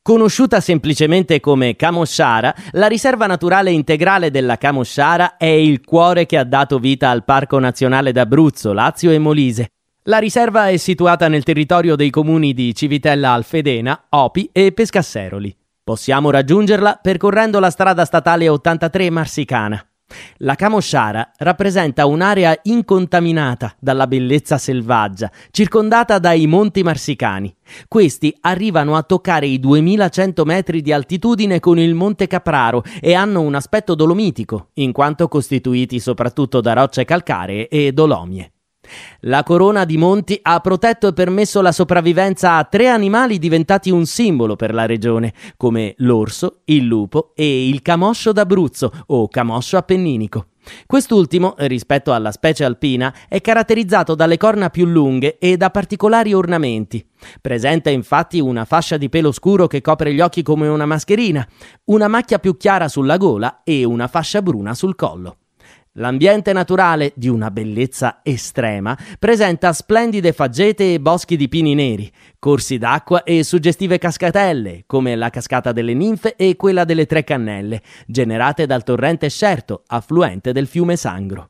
Conosciuta semplicemente come Camosciara, la riserva naturale integrale della Camosciara è il cuore che ha dato vita al Parco Nazionale d'Abruzzo, Lazio e Molise. La riserva è situata nel territorio dei comuni di Civitella Alfedena, Opi e Pescasseroli. Possiamo raggiungerla percorrendo la strada statale 83 Marsicana. La Camosciara rappresenta un'area incontaminata dalla bellezza selvaggia, circondata dai monti marsicani. Questi arrivano a toccare i 2100 metri di altitudine con il Monte Capraro e hanno un aspetto dolomitico, in quanto costituiti soprattutto da rocce calcaree e dolomie. La corona di monti ha protetto e permesso la sopravvivenza a 3 animali diventati un simbolo per la regione, come l'orso, il lupo e il camoscio d'Abruzzo o camoscio appenninico. Quest'ultimo, rispetto alla specie alpina, è caratterizzato dalle corna più lunghe e da particolari ornamenti. Presenta infatti una fascia di pelo scuro che copre gli occhi come una mascherina, una macchia più chiara sulla gola e una fascia bruna sul collo. L'ambiente naturale, di una bellezza estrema, presenta splendide faggete e boschi di pini neri, corsi d'acqua e suggestive cascatelle, come la cascata delle Ninfe e quella delle Tre Cannelle, generate dal torrente Scerto, affluente del fiume Sangro.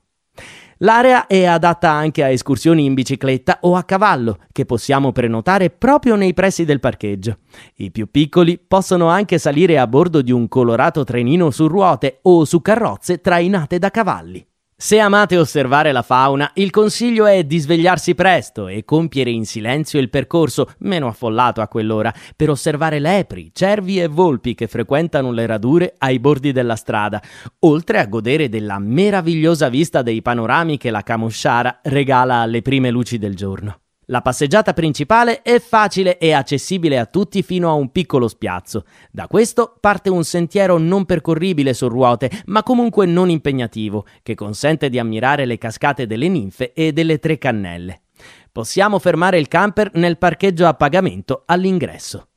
L'area è adatta anche a escursioni in bicicletta o a cavallo, che possiamo prenotare proprio nei pressi del parcheggio. I più piccoli possono anche salire a bordo di un colorato trenino su ruote o su carrozze trainate da cavalli. Se amate osservare la fauna, il consiglio è di svegliarsi presto e compiere in silenzio il percorso, meno affollato a quell'ora, per osservare lepri, cervi e volpi che frequentano le radure ai bordi della strada, oltre a godere della meravigliosa vista dei panorami che la Camosciara regala alle prime luci del giorno. La passeggiata principale è facile e accessibile a tutti fino a un piccolo spiazzo. Da questo parte un sentiero non percorribile su ruote, ma comunque non impegnativo, che consente di ammirare le cascate delle Ninfe e delle Tre Cannelle. Possiamo fermare il camper nel parcheggio a pagamento all'ingresso.